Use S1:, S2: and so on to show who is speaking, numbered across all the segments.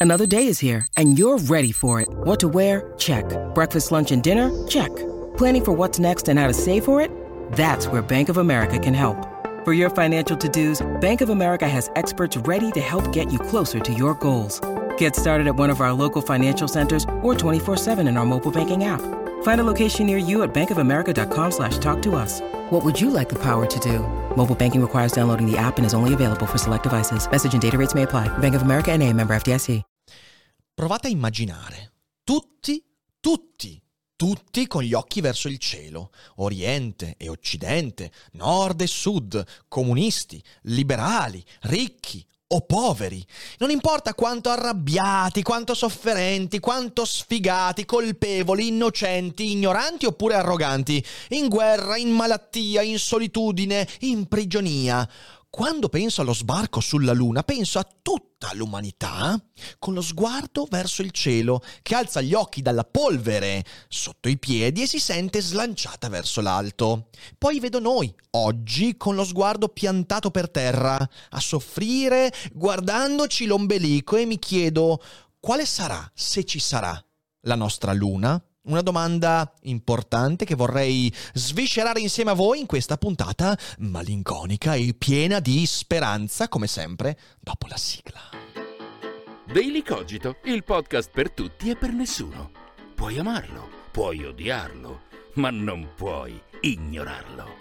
S1: Another day is here, and you're ready for it. What to wear? Check. Breakfast, lunch, and dinner? Check. Planning for what's next and how to save for it? That's where Bank of America can help. For your financial to-dos, Bank of America has experts ready to help get you closer to your goals. Get started at one of our local financial centers or 24/7 in our mobile banking app. Find a location near you at bankofamerica.com/talktous. What would you like the power to do? Mobile banking requires downloading the app and is only available for select devices. Message and data rates may apply. Bank of America N.A., member FDIC.
S2: Provate a immaginare tutti con gli occhi verso il cielo, Oriente e Occidente, nord e sud, comunisti, liberali, ricchi o poveri. Non importa quanto arrabbiati, quanto sofferenti, quanto sfigati, colpevoli, innocenti, ignoranti oppure arroganti, in guerra, in malattia, in solitudine, in prigionia. Quando penso allo sbarco sulla Luna, penso a tutta l'umanità con lo sguardo verso il cielo, che alza gli occhi dalla polvere sotto i piedi e si sente slanciata verso l'alto. Poi vedo noi, oggi, con lo sguardo piantato per terra, a soffrire, guardandoci l'ombelico, e mi chiedo: quale sarà, se ci sarà, la nostra Luna? Una domanda importante che vorrei sviscerare insieme a voi in questa puntata malinconica e piena di speranza, come sempre, dopo la sigla.
S3: Daily Cogito, il podcast per tutti e per nessuno. Puoi amarlo, puoi odiarlo, ma non puoi ignorarlo.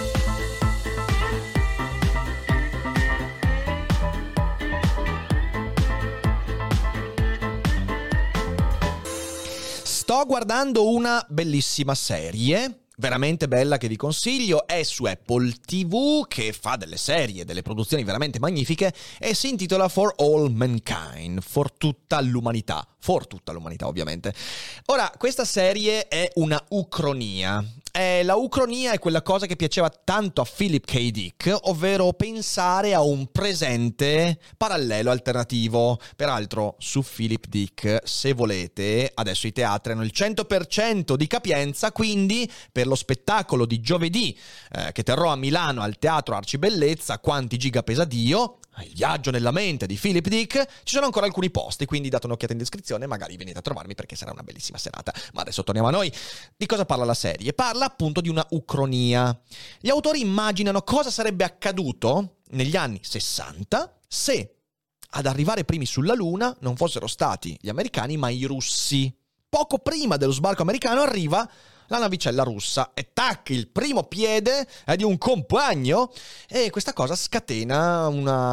S2: Sto guardando una bellissima serie, veramente bella, che vi consiglio. È su Apple TV, che fa delle serie, delle produzioni veramente magnifiche, e si intitola For All Mankind, for tutta l'umanità ovviamente. Ora, questa serie è una ucronia. La ucronia è quella cosa che piaceva tanto a Philip K. Dick, ovvero pensare a un presente parallelo, alternativo. Peraltro, su Philip Dick, se volete, adesso i teatri hanno il 100% di capienza, quindi per lo spettacolo di giovedì che terrò a Milano al Teatro Arcibellezza, Quanti giga pesa Dio, il viaggio nella mente di Philip Dick, ci sono ancora alcuni posti, quindi date un'occhiata in descrizione, magari venite a trovarmi perché sarà una bellissima serata. Ma adesso torniamo a noi. Di cosa parla la serie? Parla appunto di una ucronia. Gli autori immaginano cosa sarebbe accaduto negli anni 60 se ad arrivare primi sulla Luna non fossero stati gli americani ma i russi. Poco prima dello sbarco americano arriva la navicella russa e tac, il primo piede è di un compagno, e questa cosa scatena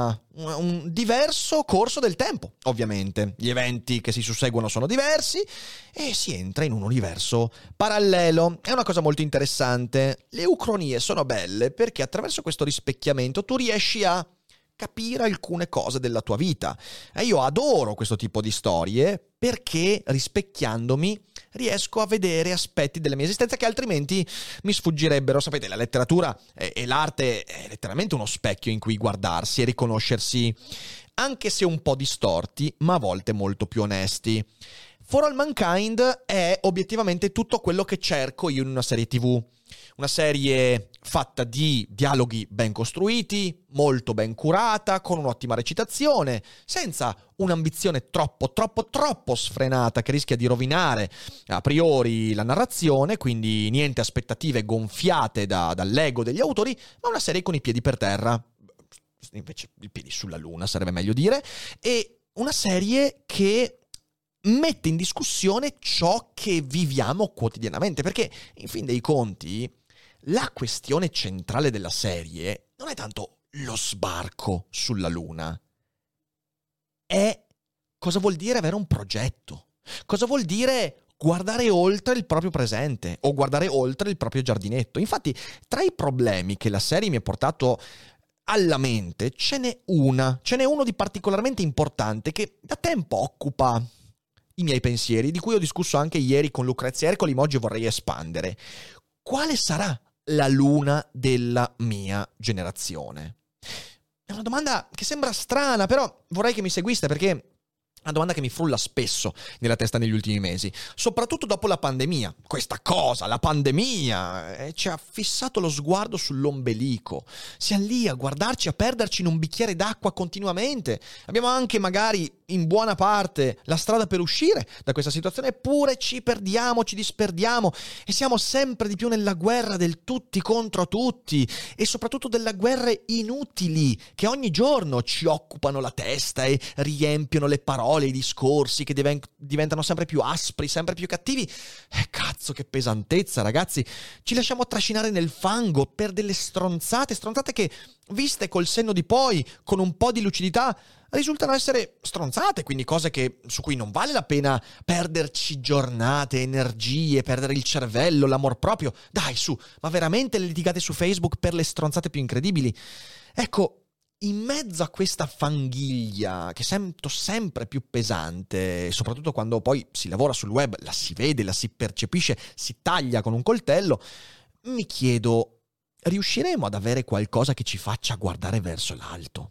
S2: un diverso corso del tempo. Ovviamente gli eventi che si susseguono sono diversi e si entra in un universo parallelo. È una cosa molto interessante. Le ucronie sono belle perché attraverso questo rispecchiamento tu riesci a capire alcune cose della tua vita. E io adoro questo tipo di storie perché, rispecchiandomi, riesco a vedere aspetti della mia esistenza che altrimenti mi sfuggirebbero. Sapete, la letteratura e l'arte è letteralmente uno specchio in cui guardarsi e riconoscersi, anche se un po' distorti, ma a volte molto più onesti. For All Mankind è obiettivamente tutto quello che cerco io in una serie TV. Una serie fatta di dialoghi ben costruiti, molto ben curata, con un'ottima recitazione, senza un'ambizione troppo sfrenata che rischia di rovinare a priori la narrazione, quindi niente aspettative gonfiate dall'ego degli autori, ma una serie con i piedi per terra, invece i piedi sulla Luna sarebbe meglio dire, e una serie che mette in discussione ciò che viviamo quotidianamente, perché in fin dei conti la questione centrale della serie non è tanto lo sbarco sulla Luna, è cosa vuol dire avere un progetto, cosa vuol dire guardare oltre il proprio presente o guardare oltre il proprio giardinetto. Infatti, tra i problemi che la serie mi ha portato alla mente ce n'è uno di particolarmente importante che da tempo occupa i miei pensieri, di cui ho discusso anche ieri con Lucrezia Ercoli, ma oggi vorrei espandere. Quale sarà la Luna della mia generazione? È una domanda che sembra strana, però vorrei che mi seguiste perché è una domanda che mi frulla spesso nella testa negli ultimi mesi, soprattutto dopo la pandemia. Questa cosa, la pandemia, ci ha fissato lo sguardo sull'ombelico. Siamo lì a guardarci, a perderci in un bicchiere d'acqua continuamente. Abbiamo anche magari in buona parte la strada per uscire da questa situazione, eppure ci perdiamo, ci disperdiamo e siamo sempre di più nella guerra del tutti contro tutti e soprattutto delle guerre inutili che ogni giorno ci occupano la testa e riempiono le parole, i discorsi che diventano sempre più aspri, sempre più cattivi. Cazzo, che pesantezza, ragazzi! Ci lasciamo trascinare nel fango per delle stronzate che, viste col senno di poi, con un po' di lucidità, risultano essere stronzate, quindi cose su cui non vale la pena perderci giornate, energie, perdere il cervello, l'amor proprio. Dai, su, ma veramente le litigate su Facebook per le stronzate più incredibili? Ecco, in mezzo a questa fanghiglia che sento sempre più pesante, soprattutto quando poi si lavora sul web, la si vede, la si percepisce, si taglia con un coltello, mi chiedo, riusciremo ad avere qualcosa che ci faccia guardare verso l'alto?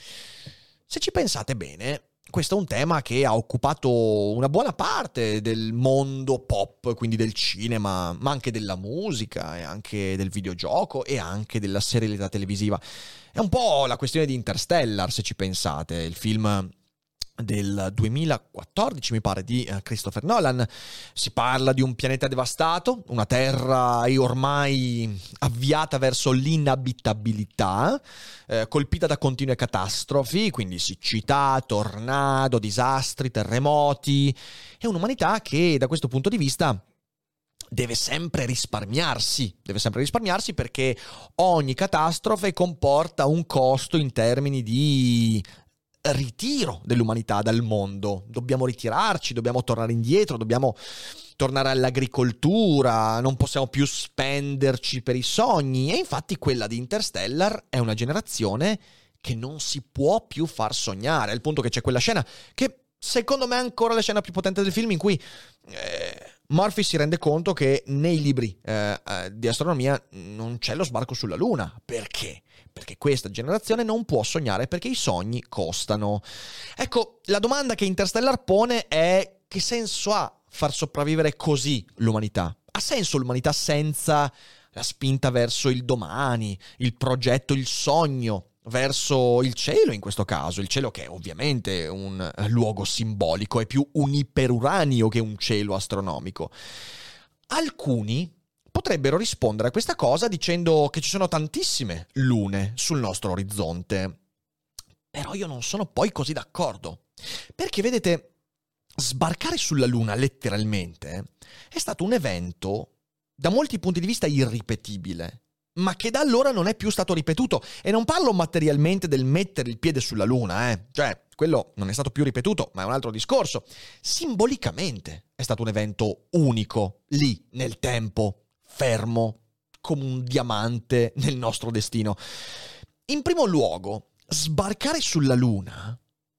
S2: Se ci pensate bene, questo è un tema che ha occupato una buona parte del mondo pop, quindi del cinema, ma anche della musica, e anche del videogioco, e anche della serialità televisiva. È un po' la questione di Interstellar, se ci pensate, il film del 2014, mi pare, di Christopher Nolan. Si parla di un pianeta devastato, una terra ormai avviata verso l'inabitabilità, colpita da continue catastrofi, quindi siccità, tornado, disastri, terremoti, e un'umanità che da questo punto di vista deve sempre risparmiarsi perché ogni catastrofe comporta un costo in termini di ritiro dell'umanità dal mondo. Dobbiamo ritirarci, dobbiamo tornare indietro, dobbiamo tornare all'agricoltura, non possiamo più spenderci per i sogni, e infatti quella di Interstellar è una generazione che non si può più far sognare, al punto che c'è quella scena che secondo me è ancora la scena più potente del film, in cui Murphy si rende conto che nei libri di astronomia non c'è lo sbarco sulla Luna. Perché? Perché questa generazione non può sognare perché i sogni costano. Ecco, la domanda che Interstellar pone è: che senso ha far sopravvivere così l'umanità? Ha senso l'umanità senza la spinta verso il domani, il progetto, il sogno, verso il cielo in questo caso, il cielo che è ovviamente un luogo simbolico, è più un iperuranio che un cielo astronomico? Alcuni potrebbero rispondere a questa cosa dicendo che ci sono tantissime lune sul nostro orizzonte. Però io non sono poi così d'accordo. Perché vedete, sbarcare sulla Luna letteralmente è stato un evento da molti punti di vista irripetibile, ma che da allora non è più stato ripetuto. E non parlo materialmente del mettere il piede sulla Luna, Cioè, quello non è stato più ripetuto, ma è un altro discorso. Simbolicamente è stato un evento unico, lì, nel tempo, fermo, come un diamante nel nostro destino. In primo luogo, sbarcare sulla Luna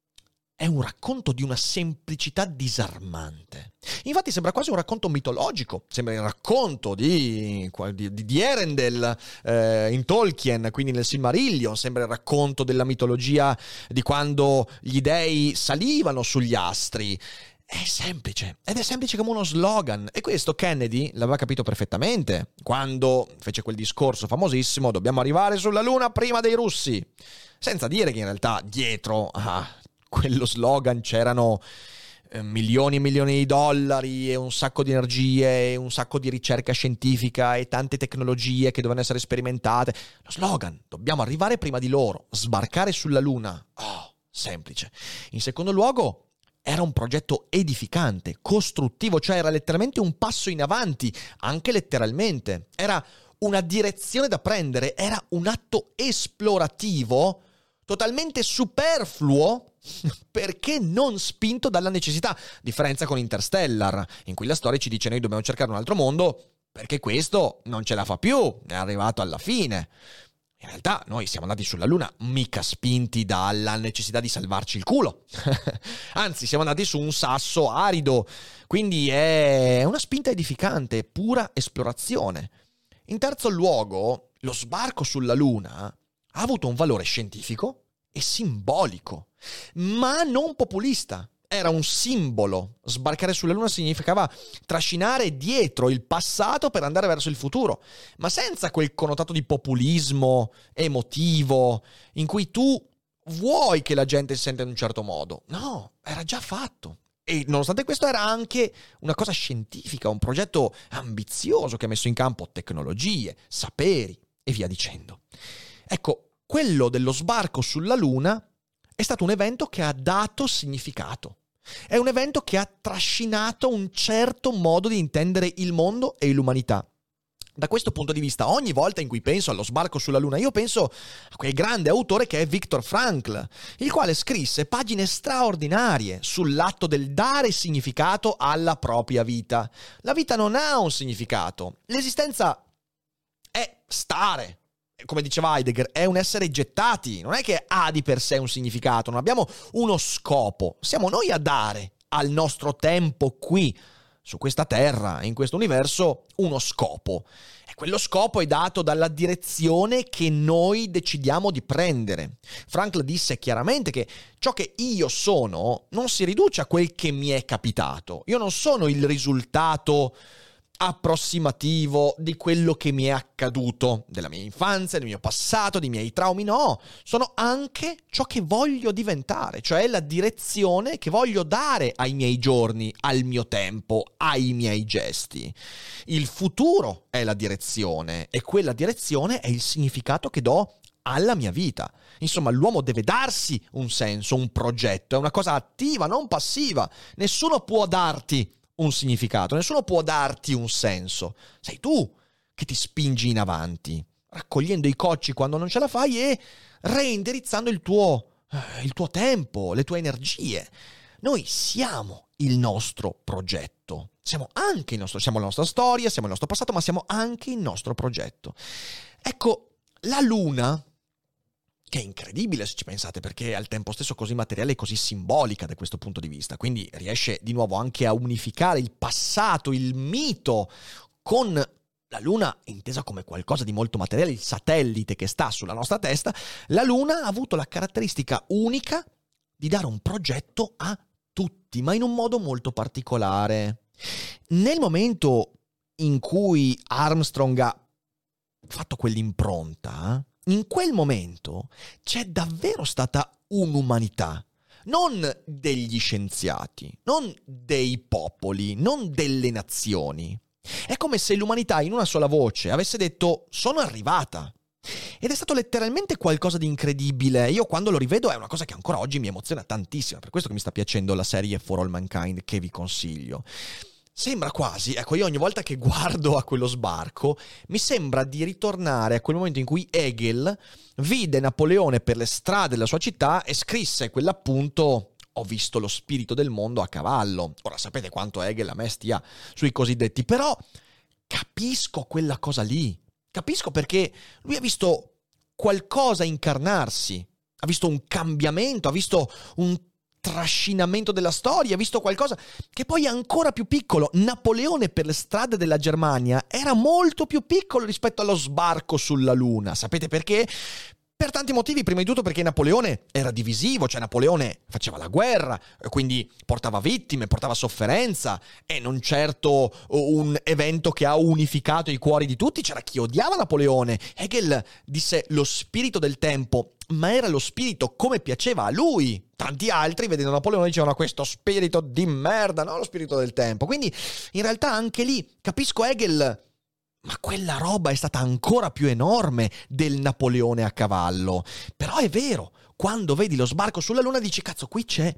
S2: è un racconto di una semplicità disarmante. Infatti sembra quasi un racconto mitologico, sembra il racconto di Eärendil in Tolkien, quindi nel Silmarillion, sembra il racconto della mitologia di quando gli dei salivano sugli astri. È semplice, ed è semplice come uno slogan, e questo Kennedy l'aveva capito perfettamente quando fece quel discorso famosissimo: dobbiamo arrivare sulla Luna prima dei russi, senza dire che in realtà dietro quello slogan c'erano milioni e milioni di dollari e un sacco di energie e un sacco di ricerca scientifica e tante tecnologie che dovevano essere sperimentate. Lo slogan: dobbiamo arrivare prima di loro, sbarcare sulla Luna. Semplice. In secondo luogo, era un progetto edificante, costruttivo, cioè era letteralmente un passo in avanti, anche letteralmente. Era una direzione da prendere, era un atto esplorativo totalmente superfluo perché non spinto dalla necessità. Differenza con Interstellar, in cui la storia ci dice: noi dobbiamo cercare un altro mondo perché questo non ce la fa più, è arrivato alla fine. In realtà noi siamo andati sulla Luna mica spinti dalla necessità di salvarci il culo. Anzi, siamo andati su un sasso arido. Quindi è una spinta edificante, pura esplorazione. In terzo luogo, lo sbarco sulla Luna ha avuto un valore scientifico e simbolico, ma non populista. Era un simbolo. Sbarcare sulla Luna significava trascinare dietro il passato per andare verso il futuro, ma senza quel connotato di populismo emotivo in cui tu vuoi che la gente si senta in un certo modo? No, era già fatto. E nonostante questo era anche una cosa scientifica, un progetto ambizioso che ha messo in campo tecnologie, saperi e via dicendo. Ecco, quello dello sbarco sulla Luna è stato un evento che ha dato significato. È un evento che ha trascinato un certo modo di intendere il mondo e l'umanità. Da questo punto di vista, ogni volta in cui penso allo sbarco sulla Luna, io penso a quel grande autore che è Viktor Frankl, il quale scrisse pagine straordinarie sull'atto del dare significato alla propria vita. La vita non ha un significato. L'esistenza è stare. Come diceva Heidegger, è un essere gettati. Non è che ha di per sé un significato. Non abbiamo uno scopo. Siamo noi a dare al nostro tempo qui, su questa terra, in questo universo, uno scopo. E quello scopo è dato dalla direzione che noi decidiamo di prendere. Frankl disse chiaramente che ciò che io sono non si riduce a quel che mi è capitato. Io non sono il risultato approssimativo di quello che mi è accaduto, della mia infanzia, del mio passato, dei miei traumi. No, sono anche ciò che voglio diventare, cioè la direzione che voglio dare ai miei giorni, al mio tempo, ai miei gesti. Il futuro è la direzione e quella direzione è il significato che do alla mia vita. Insomma, l'uomo deve darsi un senso, un progetto, è una cosa attiva, non passiva. Nessuno può darti un significato, nessuno può darti un senso. Sei tu che ti spingi in avanti, raccogliendo i cocci quando non ce la fai e reindirizzando il tuo tempo, le tue energie. Noi siamo il nostro progetto. Siamo la nostra storia, siamo il nostro passato, ma siamo anche il nostro progetto. Ecco, la Luna, che è incredibile se ci pensate, perché è al tempo stesso così materiale e così simbolica da questo punto di vista, quindi riesce di nuovo anche a unificare il passato, il mito, con la Luna intesa come qualcosa di molto materiale, il satellite che sta sulla nostra testa. La Luna ha avuto la caratteristica unica di dare un progetto a tutti, ma in un modo molto particolare. Nel momento in cui Armstrong ha fatto quell'impronta, in quel momento c'è davvero stata un'umanità, non degli scienziati, non dei popoli, non delle nazioni. È come se l'umanità in una sola voce avesse detto «sono arrivata». Ed è stato letteralmente qualcosa di incredibile. Io quando lo rivedo è una cosa che ancora oggi mi emoziona tantissimo, per questo che mi sta piacendo la serie For All Mankind, che vi consiglio. Sembra quasi, ecco, io ogni volta che guardo a quello sbarco mi sembra di ritornare a quel momento in cui Hegel vide Napoleone per le strade della sua città e scrisse quell'appunto «Ho visto lo spirito del mondo a cavallo». Ora sapete quanto Hegel a me stia sui cosiddetti, però capisco quella cosa lì, capisco perché lui ha visto qualcosa incarnarsi, ha visto un cambiamento, ha visto un trascinamento della storia, ha visto qualcosa che poi è ancora più piccolo. Napoleone per le strade della Germania era molto più piccolo rispetto allo sbarco sulla Luna. Sapete perché? Per tanti motivi, prima di tutto perché Napoleone era divisivo, cioè Napoleone faceva la guerra, quindi portava vittime, portava sofferenza, e non certo un evento che ha unificato i cuori di tutti. C'era chi odiava Napoleone. Hegel disse lo spirito del tempo, ma era lo spirito come piaceva a lui. Tanti altri, vedendo Napoleone, dicevano questo spirito di merda, no? Lo spirito del tempo. Quindi in realtà anche lì capisco Hegel, ma quella roba è stata ancora più enorme del Napoleone a cavallo. Però è vero, quando vedi lo sbarco sulla Luna dici cazzo, qui c'è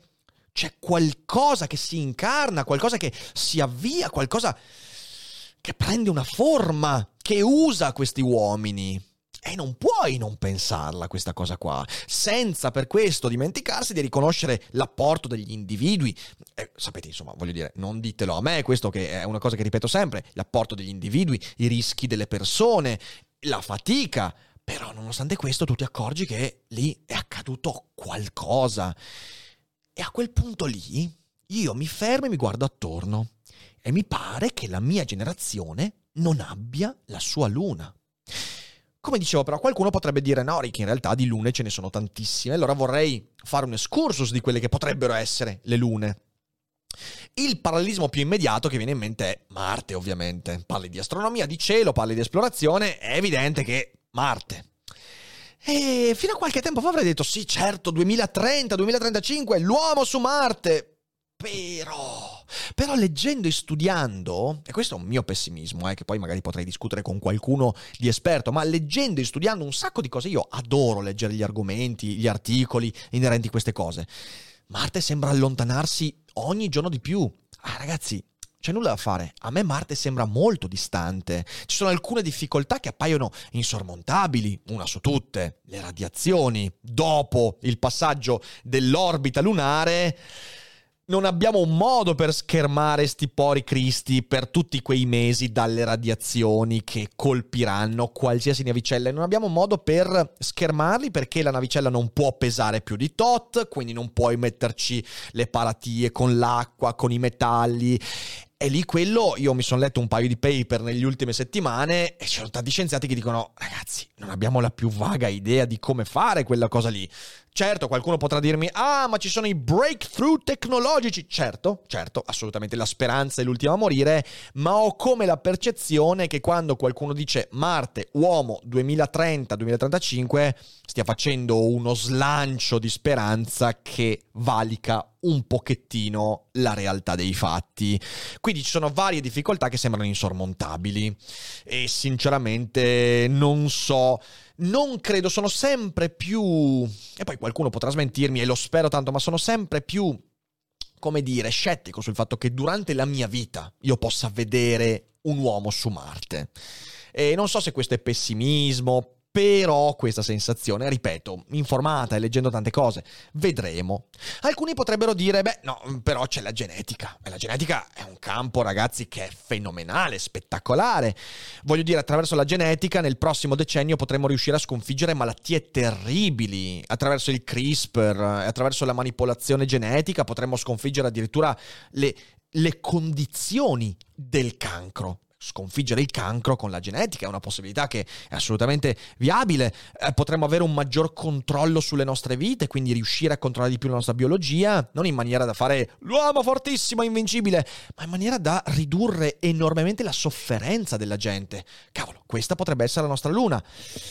S2: qualcosa che si incarna, qualcosa che si avvia, qualcosa che prende una forma, che usa questi uomini. E non puoi non pensarla questa cosa qua, senza per questo dimenticarsi di riconoscere l'apporto degli individui. Sapete, insomma, voglio dire, non ditelo a me, questo che è una cosa che ripeto sempre, l'apporto degli individui, i rischi delle persone, la fatica. Però nonostante questo tu ti accorgi che lì è accaduto qualcosa. E a quel punto lì io mi fermo e mi guardo attorno e mi pare che la mia generazione non abbia la sua luna. Come dicevo, però, qualcuno potrebbe dire no, Rick, in realtà di lune ce ne sono tantissime. Allora vorrei fare un excursus di quelle che potrebbero essere le lune. Il parallelismo più immediato che viene in mente è Marte, ovviamente. Parli di astronomia, di cielo, parli di esplorazione, è evidente che Marte. E fino a qualche tempo fa avrei detto sì, certo, 2030, 2035, l'uomo su Marte. Però leggendo e studiando, e questo è un mio pessimismo, che poi magari potrei discutere con qualcuno di esperto, ma leggendo e studiando un sacco di cose, io adoro leggere gli argomenti, gli articoli inerenti a queste cose. Marte sembra allontanarsi ogni giorno di più. Ragazzi, c'è nulla da fare. A me Marte sembra molto distante. Ci sono alcune difficoltà che appaiono insormontabili, una su tutte, le radiazioni. Dopo il passaggio dell'orbita lunare, non abbiamo un modo per schermare sti pori cristi per tutti quei mesi dalle radiazioni che colpiranno qualsiasi navicella, e non abbiamo un modo per schermarli perché la navicella non può pesare più di tot, quindi non puoi metterci le paratie con l'acqua, con i metalli. E lì quello, io mi sono letto un paio di paper negli ultime settimane e ci sono tanti scienziati che dicono: ragazzi, non abbiamo la più vaga idea di come fare quella cosa lì. Certo, qualcuno potrà dirmi: ma ci sono i breakthrough tecnologici. Certo, assolutamente, la speranza è l'ultima a morire, ma ho come la percezione che quando qualcuno dice Marte, uomo, 2030-2035, stia facendo uno slancio di speranza che valica un pochettino la realtà dei fatti. Quindi ci sono varie difficoltà che sembrano insormontabili e sinceramente non so, non credo, sono sempre più, e poi qualcuno potrà smentirmi e lo spero tanto, ma sono sempre più, come dire, scettico sul fatto che durante la mia vita io possa vedere un uomo su Marte. E non so se questo è pessimismo, però questa sensazione, ripeto, informata e leggendo tante cose, vedremo. Alcuni potrebbero dire, no, però c'è la genetica. E la genetica è un campo, ragazzi, che è fenomenale, spettacolare. Voglio dire, attraverso la genetica nel prossimo decennio potremo riuscire a sconfiggere malattie terribili. Attraverso il CRISPR, attraverso la manipolazione genetica potremo sconfiggere addirittura le condizioni del cancro. Sconfiggere il cancro con la genetica è una possibilità che è assolutamente viabile. Potremmo avere un maggior controllo sulle nostre vite, quindi riuscire a controllare di più la nostra biologia, non in maniera da fare l'uomo fortissimo, invincibile, ma in maniera da ridurre enormemente la sofferenza della gente. Cavolo, questa potrebbe essere la nostra luna.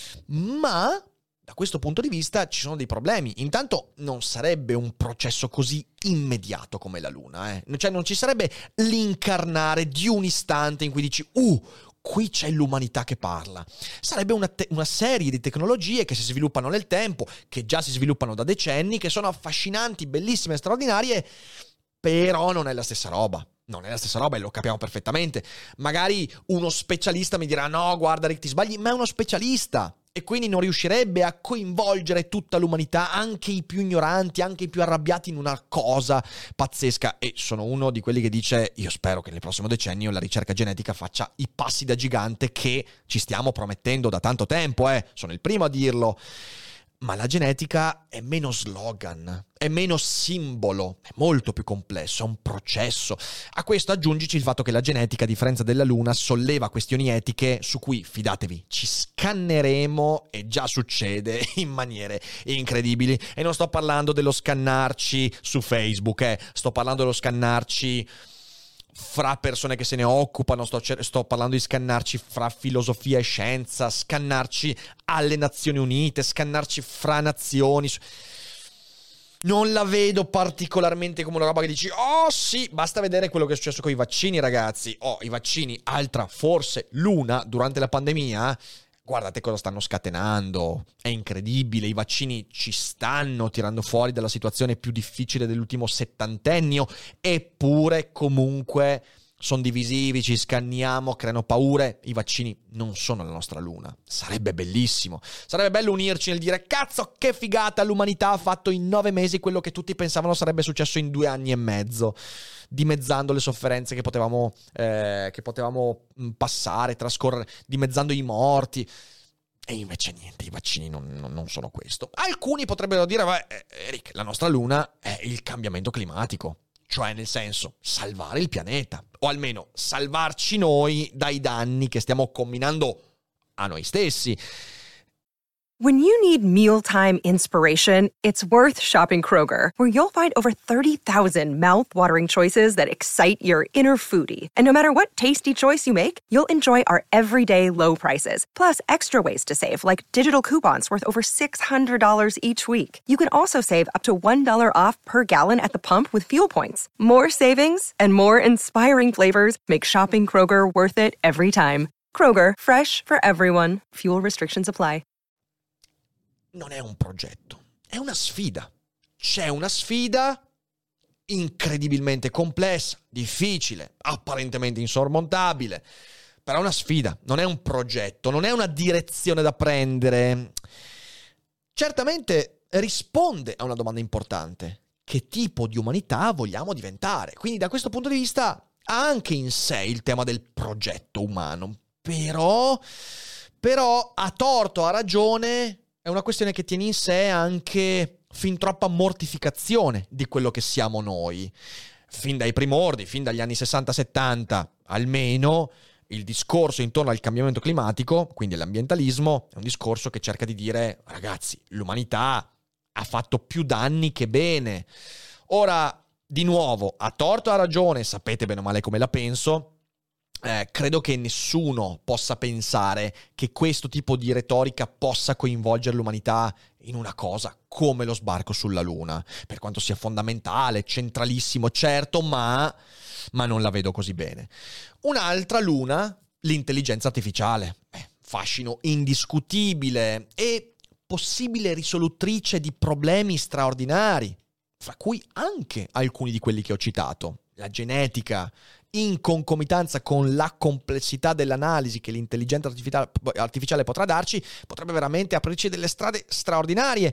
S2: Ma da questo punto di vista ci sono dei problemi. Intanto non sarebbe un processo così immediato come la Luna, Cioè non ci sarebbe l'incarnare di un istante in cui dici qui c'è l'umanità che parla. Sarebbe una serie di tecnologie che si sviluppano nel tempo, che già si sviluppano da decenni, che sono affascinanti, bellissime, straordinarie, però non è la stessa roba. Non è la stessa roba e lo capiamo perfettamente. Magari uno specialista mi dirà: no, guarda Rick, ti sbagli, ma è uno specialista. E quindi non riuscirebbe a coinvolgere tutta l'umanità, anche i più ignoranti, anche i più arrabbiati, in una cosa pazzesca. E sono uno di quelli che dice: io spero che nel prossimo decennio la ricerca genetica faccia i passi da gigante che ci stiamo promettendo da tanto tempo, Sono il primo a dirlo. Ma la genetica è meno slogan, è meno simbolo, è molto più complesso, è un processo. A questo aggiungici il fatto che la genetica, a differenza della Luna, solleva questioni etiche su cui, fidatevi, ci scanneremo, e già succede, in maniere incredibili. E non sto parlando dello scannarci su Facebook, sto parlando dello scannarci fra persone che se ne occupano, sto parlando di scannarci fra filosofia e scienza, scannarci alle Nazioni Unite, scannarci fra nazioni. Non la vedo particolarmente come una roba che dici: oh sì, basta vedere quello che è successo con i vaccini, ragazzi. I vaccini, altra forse luna durante la pandemia. Guardate cosa stanno scatenando, è incredibile, i vaccini ci stanno tirando fuori dalla situazione più difficile dell'ultimo settantennio, eppure comunque sono divisivi, ci scanniamo, creano paure. I vaccini non sono la nostra luna. Sarebbe bellissimo, sarebbe bello unirci nel dire: cazzo, che figata, l'umanità ha fatto in 9 mesi quello che tutti pensavano sarebbe successo in 2 anni e mezzo, dimezzando le sofferenze che potevamo passare, trascorrere, dimezzando i morti. E invece niente, i vaccini non sono questo. Alcuni potrebbero dire: Eric, la nostra luna è il cambiamento climatico. Cioè, nel senso, salvare il pianeta, o almeno salvarci noi dai danni che stiamo combinando a noi stessi.
S4: When you need mealtime inspiration, it's worth shopping Kroger, where you'll find over 30,000 mouth-watering choices that excite your inner foodie. And no matter what tasty choice you make, you'll enjoy our everyday low prices, plus extra ways to save, like digital coupons worth over $600 each week. You can also save up to $1 off per gallon at the pump with fuel points. More savings and more inspiring flavors make shopping Kroger worth it every time. Kroger, fresh for everyone. Fuel restrictions apply.
S2: Non è un progetto, è una sfida. C'è una sfida incredibilmente complessa, difficile, apparentemente insormontabile, però è una sfida, non è un progetto, non è una direzione da prendere. Certamente risponde a una domanda importante: che tipo di umanità vogliamo diventare? Quindi da questo punto di vista ha anche in sé il tema del progetto umano, però a torto, a ragione, è una questione che tiene in sé anche fin troppa mortificazione di quello che siamo noi. Fin dai primordi, fin dagli anni 60-70 almeno, il discorso intorno al cambiamento climatico, quindi l'ambientalismo, è un discorso che cerca di dire: ragazzi, l'umanità ha fatto più danni che bene. Ora, di nuovo, a torto o a ragione, sapete bene o male come la penso, credo che nessuno possa pensare che questo tipo di retorica possa coinvolgere l'umanità in una cosa come lo sbarco sulla Luna, per quanto sia fondamentale, centralissimo, certo, ma non la vedo così bene. Un'altra Luna, l'intelligenza artificiale, fascino indiscutibile e possibile risolutrice di problemi straordinari, fra cui anche alcuni di quelli che ho citato. La genetica, in concomitanza con la complessità dell'analisi che l'intelligenza artificiale potrà darci, potrebbe veramente aprirci delle strade straordinarie.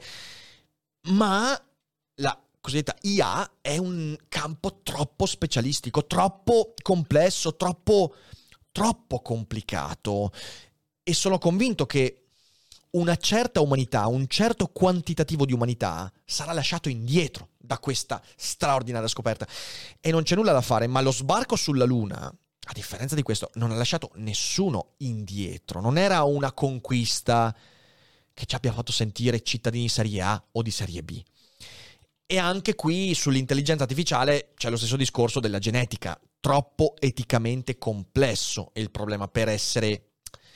S2: Ma la cosiddetta IA è un campo troppo specialistico, troppo complesso, troppo complicato. E sono convinto che una certa umanità, un certo quantitativo di umanità sarà lasciato indietro da questa straordinaria scoperta. E non c'è nulla da fare, ma lo sbarco sulla Luna, a differenza di questo, non ha lasciato nessuno indietro. Non era una conquista che ci abbia fatto sentire cittadini di serie A o di serie B. E anche qui sull'intelligenza artificiale c'è lo stesso discorso della genetica. Troppo eticamente complesso è il problema per essere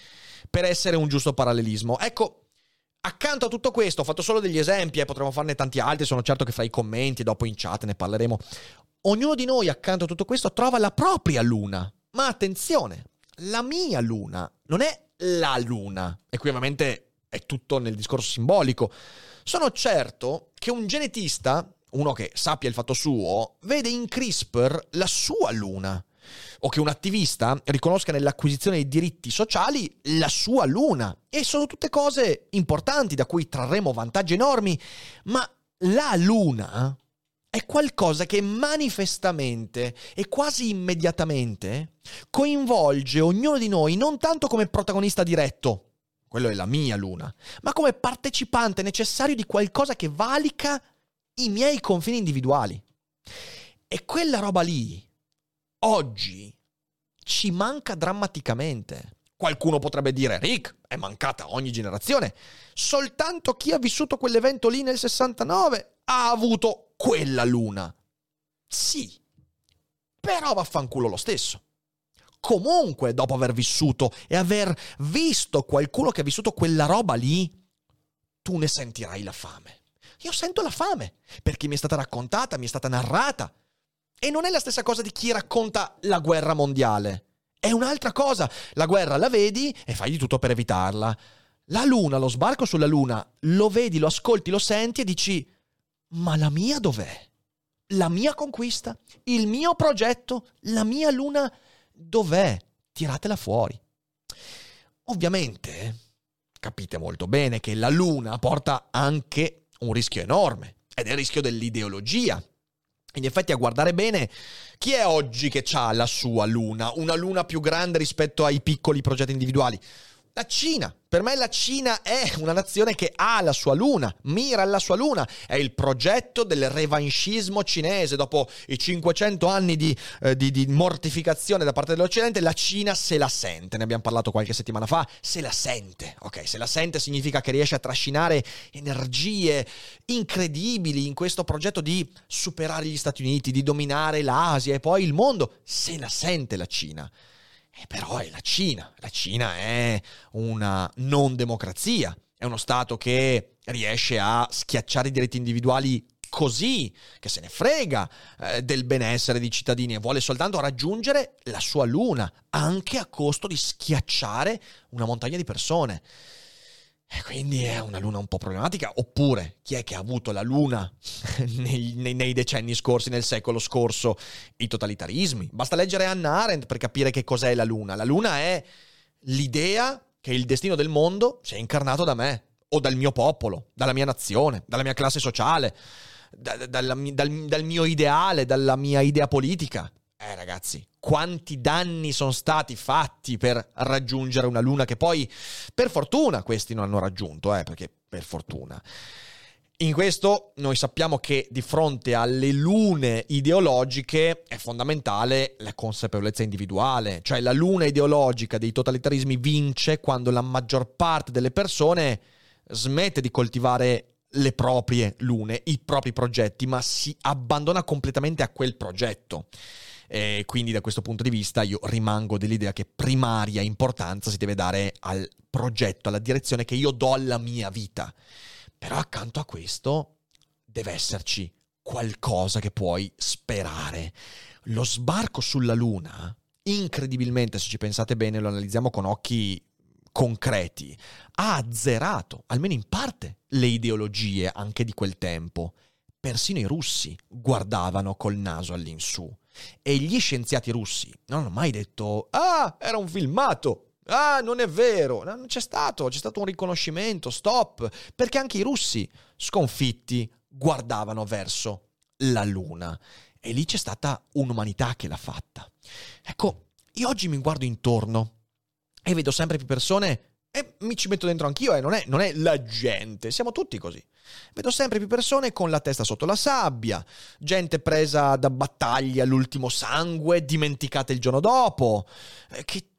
S2: un giusto parallelismo. Ecco, accanto a tutto questo, ho fatto solo degli esempi, potremmo farne tanti altri, sono certo che fra i commenti, dopo in chat ne parleremo. Ognuno di noi accanto a tutto questo trova la propria Luna. Ma attenzione, la mia Luna non è la Luna. E qui ovviamente è tutto nel discorso simbolico. Sono certo che un genetista, uno che sappia il fatto suo, vede in CRISPR la sua Luna. O che un attivista riconosca nell'acquisizione dei diritti sociali la sua Luna. E sono tutte cose importanti da cui trarremo vantaggi enormi, ma la Luna è qualcosa che manifestamente e quasi immediatamente coinvolge ognuno di noi non tanto come protagonista diretto, quello è la mia Luna, ma come partecipante necessario di qualcosa che valica i miei confini individuali. E quella roba lì oggi ci manca drammaticamente. Qualcuno potrebbe dire: Rick, è mancata a ogni generazione. Soltanto chi ha vissuto quell'evento lì nel 69 ha avuto quella Luna. Sì, però vaffanculo lo stesso. Comunque, dopo aver vissuto e aver visto qualcuno che ha vissuto quella roba lì, tu ne sentirai la fame. Io sento la fame, perché mi è stata raccontata, mi è stata narrata. E non è la stessa cosa di chi racconta la guerra mondiale. È un'altra cosa. La guerra la vedi e fai di tutto per evitarla. La Luna, lo sbarco sulla Luna, lo vedi, lo ascolti, lo senti e dici: ma la mia dov'è? La mia conquista? Il mio progetto? La mia Luna dov'è? Tiratela fuori. Ovviamente, capite molto bene che la Luna porta anche un rischio enorme. Ed è il rischio dell'ideologia. In effetti, a guardare bene, chi è oggi che ha la sua Luna? Una Luna più grande rispetto ai piccoli progetti individuali? La Cina. Per me la Cina è una nazione che ha la sua luna, mira alla sua luna. È il progetto del revanchismo cinese. Dopo i 500 anni di mortificazione da parte dell'Occidente, la Cina se la sente. Ne abbiamo parlato qualche settimana fa. Se la sente. Ok, se la sente significa che riesce a trascinare energie incredibili in questo progetto di superare gli Stati Uniti, di dominare l'Asia e poi il mondo. Se la sente la Cina. Però è la Cina. La Cina è una non democrazia, è uno Stato che riesce a schiacciare i diritti individuali così, che se ne frega del benessere dei cittadini e vuole soltanto raggiungere la sua luna, anche a costo di schiacciare una montagna di persone. E quindi è una luna un po' problematica. Oppure, chi è che ha avuto la luna nei decenni scorsi, nel secolo scorso? I totalitarismi. Basta leggere Hannah Arendt per capire che cos'è la luna. La luna è l'idea che il destino del mondo sia incarnato da me, o dal mio popolo, dalla mia nazione, dalla mia classe sociale, dal mio ideale, dalla mia idea politica. Ragazzi, quanti danni sono stati fatti per raggiungere una luna che poi, per fortuna, questi non hanno raggiunto, perché per fortuna. In questo noi sappiamo che di fronte alle lune ideologiche è fondamentale la consapevolezza individuale, cioè la luna ideologica dei totalitarismi vince quando la maggior parte delle persone smette di coltivare le proprie lune, i propri progetti, ma si abbandona completamente a quel progetto. E quindi da questo punto di vista io rimango dell'idea che primaria importanza si deve dare al progetto, alla direzione che io do alla mia vita. Però accanto a questo deve esserci qualcosa che puoi sperare. Lo sbarco sulla Luna, incredibilmente, se ci pensate bene, lo analizziamo con occhi concreti, ha azzerato, almeno in parte, le ideologie anche di quel tempo. Persino i russi guardavano col naso all'insù. E gli scienziati russi non hanno mai detto era un filmato, non è vero, non c'è stato un riconoscimento, stop, perché anche i russi sconfitti guardavano verso la luna e lì c'è stata un'umanità che l'ha fatta. Ecco, io oggi mi guardo intorno e vedo sempre più persone e mi ci metto dentro anch'io, non è la gente, siamo tutti così. Vedo sempre più persone con la testa sotto la sabbia, gente presa da battaglie all'ultimo sangue, dimenticata il giorno dopo, che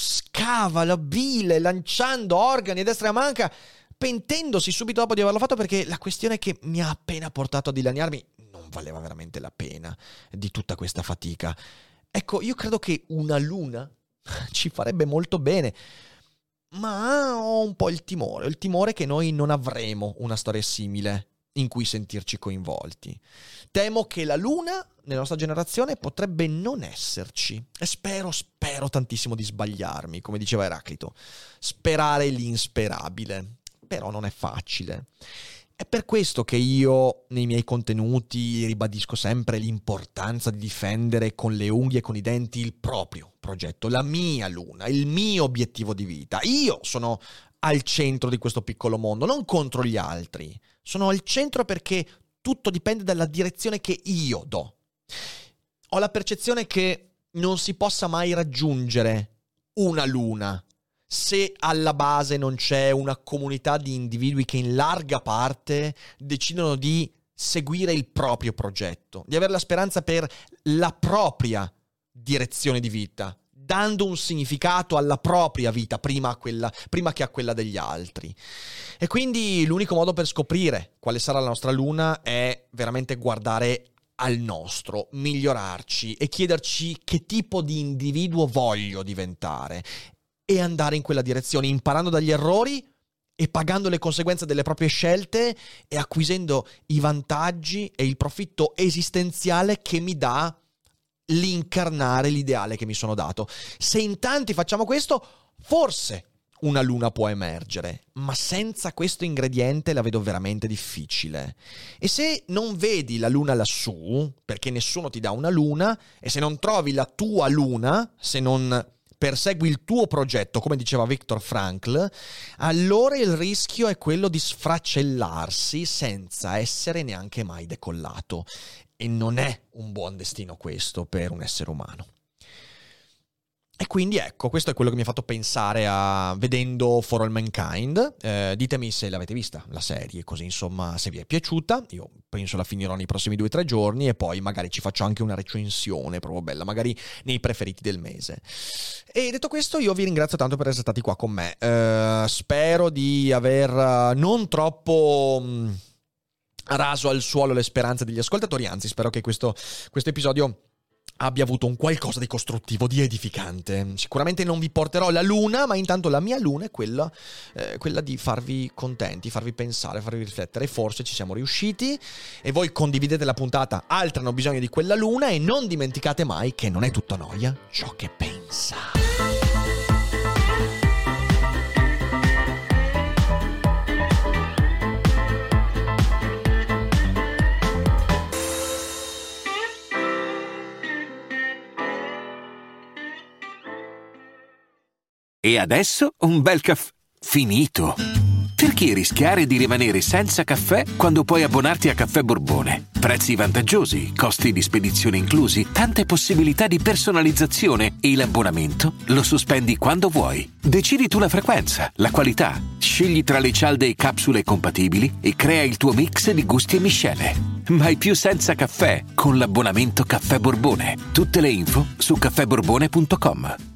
S2: scava la bile lanciando organi a destra e a manca, pentendosi subito dopo di averlo fatto perché la questione che mi ha appena portato a dilaniarmi non valeva veramente la pena di tutta questa fatica. Ecco, io credo che una luna ci farebbe molto bene. Ma ho un po' il timore che noi non avremo una storia simile in cui sentirci coinvolti. Temo che la luna nella nostra generazione potrebbe non esserci e spero tantissimo di sbagliarmi, come diceva Eraclito. Sperare l'insperabile, però non è facile. È per questo che io nei miei contenuti ribadisco sempre l'importanza di difendere con le unghie e con i denti il proprio progetto, la mia luna, il mio obiettivo di vita. Io sono al centro di questo piccolo mondo, non contro gli altri. Sono al centro perché tutto dipende dalla direzione che io do. Ho la percezione che non si possa mai raggiungere una luna se alla base non c'è una comunità di individui che in larga parte decidono di seguire il proprio progetto, di avere la speranza per la propria direzione di vita, dando un significato alla propria vita prima che a quella degli altri. E quindi l'unico modo per scoprire quale sarà la nostra luna è veramente guardare al nostro, migliorarci e chiederci che tipo di individuo voglio diventare e andare in quella direzione, imparando dagli errori e pagando le conseguenze delle proprie scelte e acquisendo i vantaggi e il profitto esistenziale che mi dà l'incarnare l'ideale che mi sono dato. Se in tanti facciamo questo, forse una luna può emergere, ma senza questo ingrediente la vedo veramente difficile. E se non vedi la luna lassù, perché nessuno ti dà una luna, e se non trovi la tua luna, se non persegui il tuo progetto, come diceva Viktor Frankl, allora il rischio è quello di sfracellarsi senza essere neanche mai decollato. E non è un buon destino questo per un essere umano. E quindi ecco, questo è quello che mi ha fatto pensare vedendo For All Mankind. Ditemi se l'avete vista la serie, così insomma se vi è piaciuta. Io penso la finirò nei prossimi 2 o 3 giorni e poi magari ci faccio anche una recensione proprio bella, magari nei preferiti del mese. E detto questo, io vi ringrazio tanto per essere stati qua con me. Spero di aver non troppo raso al suolo le speranze degli ascoltatori, anzi spero che questo episodio abbia avuto un qualcosa di costruttivo, di edificante. Sicuramente non vi porterò la luna, ma intanto la mia luna è quella di farvi contenti, farvi pensare, farvi riflettere. Forse ci siamo riusciti e voi condividete la puntata, altri hanno bisogno di quella luna, e non dimenticate mai che non è tutto noia ciò che pensa.
S5: E adesso un bel caffè finito. Perché rischiare di rimanere senza caffè quando puoi abbonarti a Caffè Borbone? Prezzi vantaggiosi, costi di spedizione inclusi, tante possibilità di personalizzazione e l'abbonamento lo sospendi quando vuoi. Decidi tu la frequenza, la qualità, scegli tra le cialde e capsule compatibili e crea il tuo mix di gusti e miscele. Mai più senza caffè con l'abbonamento Caffè Borbone. Tutte le info su caffèborbone.com.